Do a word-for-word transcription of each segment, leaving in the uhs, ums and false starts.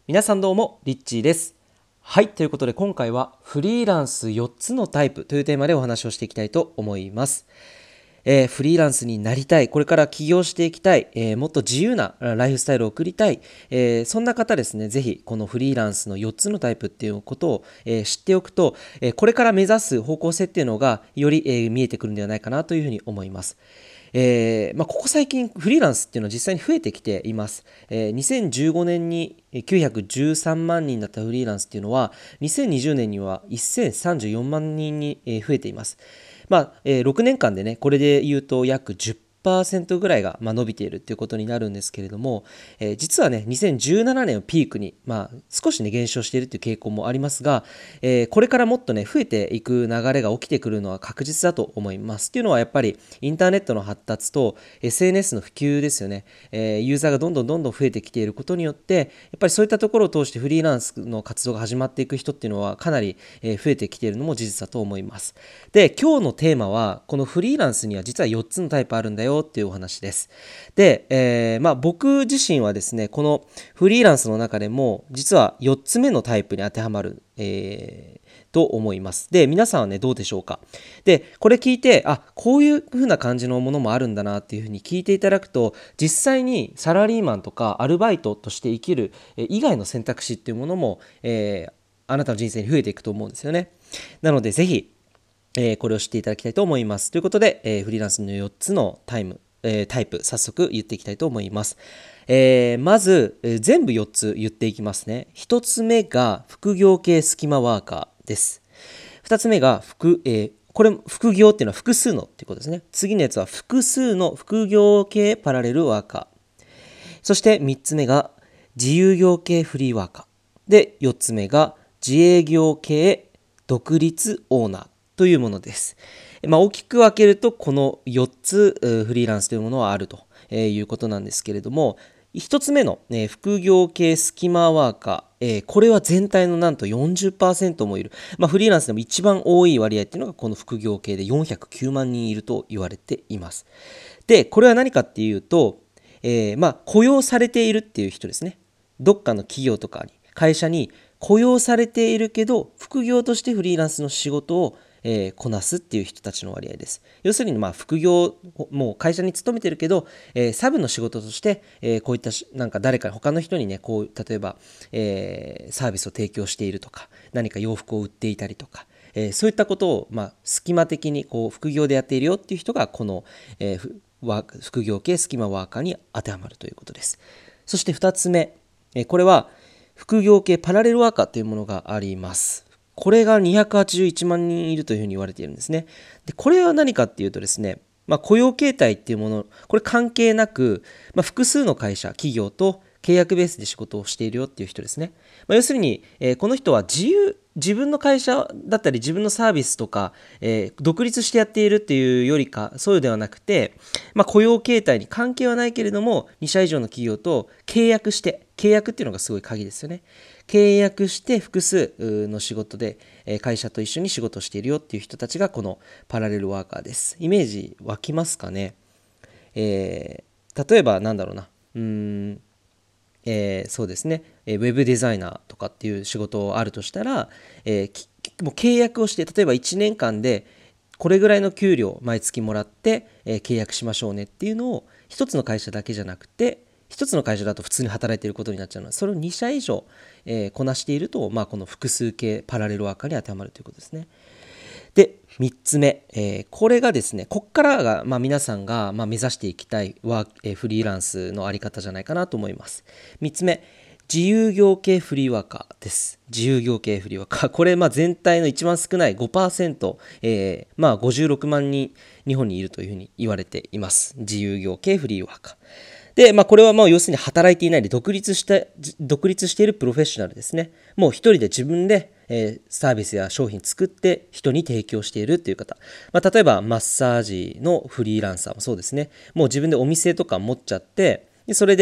皆さんどうもリッチーです。はい、ということで今回はフリーランスよっつのタイプというテーマでお話をしていきたいと思います。えーフリーランスになりたい、これから起業していきたい、えーもっと自由なライフスタイルを送りたい、えーそんな方ですね、ぜひこのフリーランスのよっつのタイプっていうことを、えー知っておくと、えーこれから目指す方向性っていうのがより、えー見えてくるんではないかなというふうに思います。えーまあ、ここ最近フリーランスっていうのは実際に増えてきています。えーにせんじゅうごねんにきゅうひゃくじゅうさんまんにんだったフリーランスっていうのはにせんにじゅうねんにはせんさんじゅうよんまんにんにえー増えています。まあえーろくねんかんでね、これで言うと約じゅっパーセントぐらいが、まあ、伸びているということになるんですけれども、えー実はねにせんじゅうななねんをピークに、まあ、少しね減少しているという傾向もありますが、えーこれからもっとね増えていく流れが起きてくるのは確実だと思います。っていうのはやっぱりインターネットの発達と エスエヌエス の普及ですよね。えーユーザーがどんどんどんどん増えてきていることによってやっぱりそういったところを通してフリーランスの活動が始まっていく人っていうのはかなりえー増えてきているのも事実だと思います。で、今日のテーマはこのフリーランスには実はよっつのタイプあるんだよっていうお話です。で、えーまあ、僕自身はですねこのフリーランスの中でも実はよっつめのタイプに当てはまる、えーと思います。で、皆さんはねどうでしょうか。で、これ聞いて、あ、こういう風な感じのものもあるんだなっていう風に聞いていただくと、実際にサラリーマンとかアルバイトとして生きるえー以外の選択肢っていうものも、えーあなたの人生に増えていくと思うんですよね。なのでぜひえーこれを知っていただきたいと思います。ということで、えーフリーランスのよっつのタイム、えータイプ、早速言っていきたいと思います。えーまず、えー全部よっつ言っていきますね。ひとつめが副業系スキマワーカーです。ふたつめが副、えーこれ副業っていうのは複数のっていうことですね。次のやつは複数の副業系パラレルワーカー。そしてみっつめが自由業系フリーワーカー。で、よっつめが自営業系独立オーナーというものです。まあ、大きく分けるとこのよっつフリーランスというものはあるということなんですけれども、ひとつめの、ね、副業系スキマーワーカー、えーこれは全体のなんとよんじゅっパーセントもいる、まあ、フリーランスでも一番多い割合っていうのがこの副業系でよんひゃくきゅうまんにんいると言われています。で、これは何かっていうと、えーまあ、雇用されているっていう人ですね。どっかの企業とかに、会社に雇用されているけど、副業としてフリーランスの仕事を、えーこなすっていう人たちの割合です。要するに、まあ、副業、もう会社に勤めてるけど、えーサブの仕事として、えーこういったし、なんか誰か、他の人にね、こう、例えば、えーサービスを提供しているとか、何か洋服を売っていたりとか、えーそういったことを、まあ、隙間的にこう副業でやっているよっていう人がこの、えーふワーク副業系スキマワーカーに当てはまるということです。そしてふたつめ、えーこれは副業系パラレルワーカーというものがあります。これがにひゃくはちじゅういちまんにんいるというふうに言われているんですね。で、これは何かっていうとですね、まあ、雇用形態っていうもの、これ関係なく、まあ、複数の会社、企業と契約ベースで仕事をしているよっていう人ですね。まあ、要するに、えーこの人は自由、自分の会社だったり自分のサービスとか、えー独立してやっているっていうよりか、そうではなくて、まあ、雇用形態に関係はないけれども、に社以上の企業と契約して、契約っていうのがすごい鍵ですよね。契約して複数の仕事でえー会社と一緒に仕事をしているよっていう人たちがこのパラレルワーカーです。イメージ湧きますかね。えー例えばなんだろうな。うーんえーそうですね、えーウェブデザイナーとかっていう仕事あるとしたら、えーきもう契約をして、例えばいちねんかんでこれぐらいの給料毎月もらって、えー契約しましょうねっていうのを一つの会社だけじゃなくて、一つの会社だと普通に働いていることになっちゃうので、それをに社以上、えーこなしていると、まあ、この複数形パラレルワーカーに当てはまるということですね。で、みっつめ、えーこれがですね、こっからが、まあ、皆さんが、まあ、目指していきたいワーク、えーフリーランスのあり方じゃないかなと思います。みっつめ、自由業系フリーワーカーです。自由業系フリーワーカー。これ、まあ、全体の一番少ないごパーセント、えーまあ、ごじゅうろくまんにん日本にいるというふうに言われています。自由業系フリーワーカー。で、まあ、これはもう要するに働いていないで独立して、独立しているプロフェッショナルですね。もう一人で自分で、えーサービスや商品作って人に提供しているっていう方。まあ、例えばマッサージのフリーランサーもそうですね。もう自分でお店とか持っちゃって、でそれで、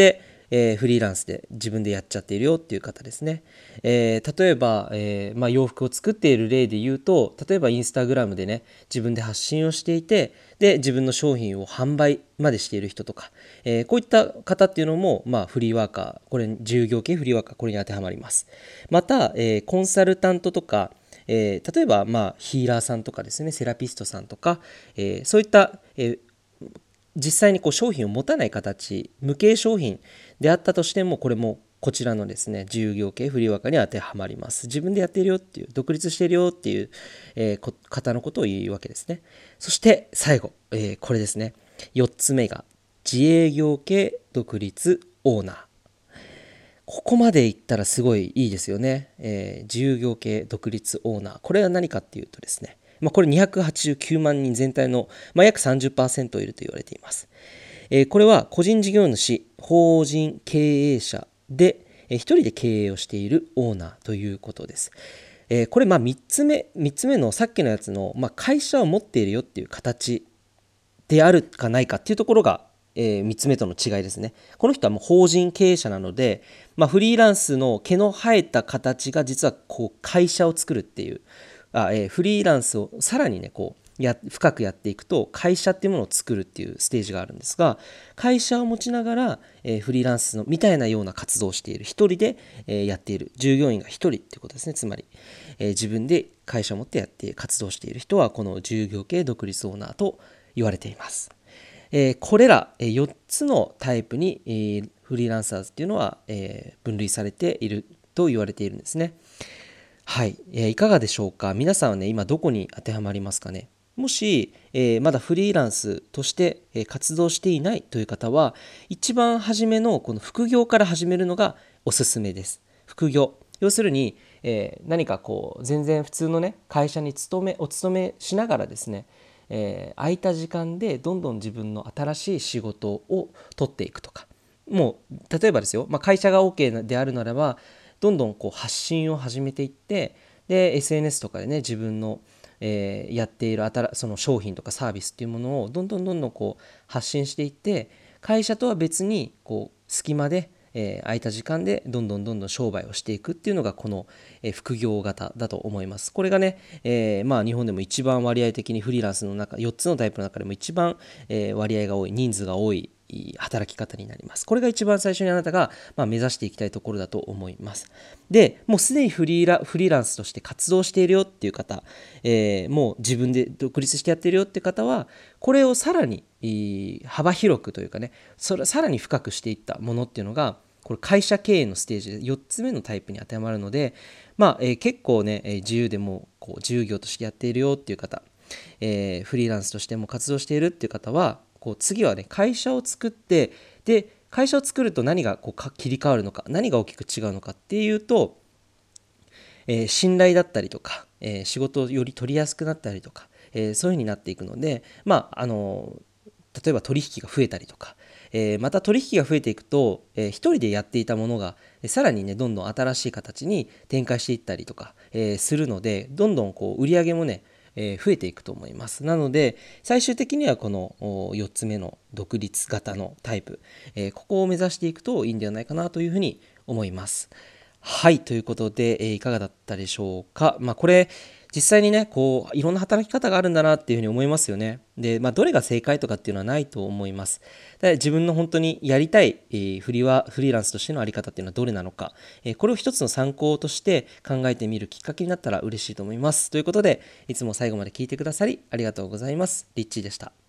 えーフリーランスで自分でやっちゃっているよっていう方ですね。えー例えば、えーまあ、洋服を作っている例で言うと、例えばインスタグラムでね、自分で発信をしていて、で自分の商品を販売までしている人とか、えーこういった方っていうのも、まあ、フリーワーカー、これ自由業系フリーワーカー、これに当てはまります。また、えーコンサルタントとか、えー例えば、まあ、ヒーラーさんとかですね、セラピストさんとか、えーそういった、えー実際にこう商品を持たない形、無形商品であったとしても、これもこちらのですね、自由業系フリーワーカーに当てはまります。自分でやっているよっていう、独立しているよっていう、えーこ方のことを言うわけですね。そして最後、えーこれですね。よっつめが自営業系独立オーナー。ここまでいったらすごいいいですよね。えー自由業系独立オーナー。これは何かっていうとですね、まあ、これにひゃくはちじゅうきゅうまんにん全体の、まあ、約さんじゅっパーセントいると言われています。えーこれは個人事業主、法人経営者で、えー一人で経営をしているオーナーということです。えーこれまあみっつめ、みっつめのさっきのやつの、まあ、会社を持っているよっていう形であるかないかっていうところが、えー、みっつめとの違いですね。この人はもう法人経営者なので、まあ、フリーランスの毛の生えた形が実はこう会社を作るっていうあ、えーフリーランスをさらにねこうや深くやっていくと会社っていうものを作るっていうステージがあるんですが、会社を持ちながら、えーフリーランスのみたいなような活動をしている、一人で、えーやっている従業員が一人っていうことですね。つまり、えー自分で会社を持ってやって活動している人はこの自由業系独立オーナーと言われています。えーこれら、えーよっつのタイプに、えーフリーランサーズっていうのは、えー分類されていると言われているんですね。はい、えーいかがでしょうか。皆さんはね、今どこに当てはまりますかね。もし、えーまだフリーランスとして、えー活動していないという方は、一番初めのこの副業から始めるのがおすすめです。副業。要するに、えー何かこう、全然普通のね、会社に勤め、お勤めしながらですね、えー空いた時間でどんどん自分の新しい仕事を取っていくとか、もう例えばですよ、まあ、会社が OK であるならばどんどんこう発信を始めていって、で エスエヌエス とかでね自分の、えーやっている新その商品とかサービスっていうものをどんどんどんどんこう発信していって、会社とは別にこう隙間で、えー空いた時間でどんどんどんどん商売をしていくっていうのがこの、えー副業型だと思います。これがね、えーまあ日本でも一番割合的にフリーランスの中よっつのタイプの中でも一番、えー割合が多い、人数が多い働き方になります。これが一番最初にあなたが、まあ、目指していきたいところだと思います。で、もうすでにフリーラフリーランスとして活動しているよっていう方、えーもう自分で独立してやっているよっていう方は、これをさらにえー幅広くというかね、それさらに深くしていったものっていうのが、これ会社経営のステージでよっつめのタイプに当てはまるので、まあえー結構ね、えー自由でもこう自由業としてやっているよっていう方、えーフリーランスとしても活動しているっていう方は、こう次はね会社を作って、で会社を作ると何がこうか切り替わるのか、何が大きく違うのかっていうと、えー信頼だったりとか、えー仕事をより取りやすくなったりとか、えーそういう風になっていくので、まああの例えば取引が増えたりとか、えーまた取引が増えていくと、えー一人でやっていたものがえーさらにねどんどん新しい形に展開していったりとか、えーするので、どんどんこう売り上げもねえー増えていくと思います。なので最終的にはこのおよっつめの独立型のタイプ、えーここを目指していくといいんではないかなというふうに思います。はい、ということで、えーいかがだったでしょうか。まあこれ実際にねこういろんな働き方があるんだなっていうふうに思いますよね。で、まあ、どれが正解とかっていうのはないと思います。で自分の本当にやりたい、えーフリーはフリーランスとしてのあり方っていうのはどれなのか、えーこれを一つの参考として考えてみるきっかけになったら嬉しいと思います。ということでいつも最後まで聞いてくださりありがとうございます。リッチーでした。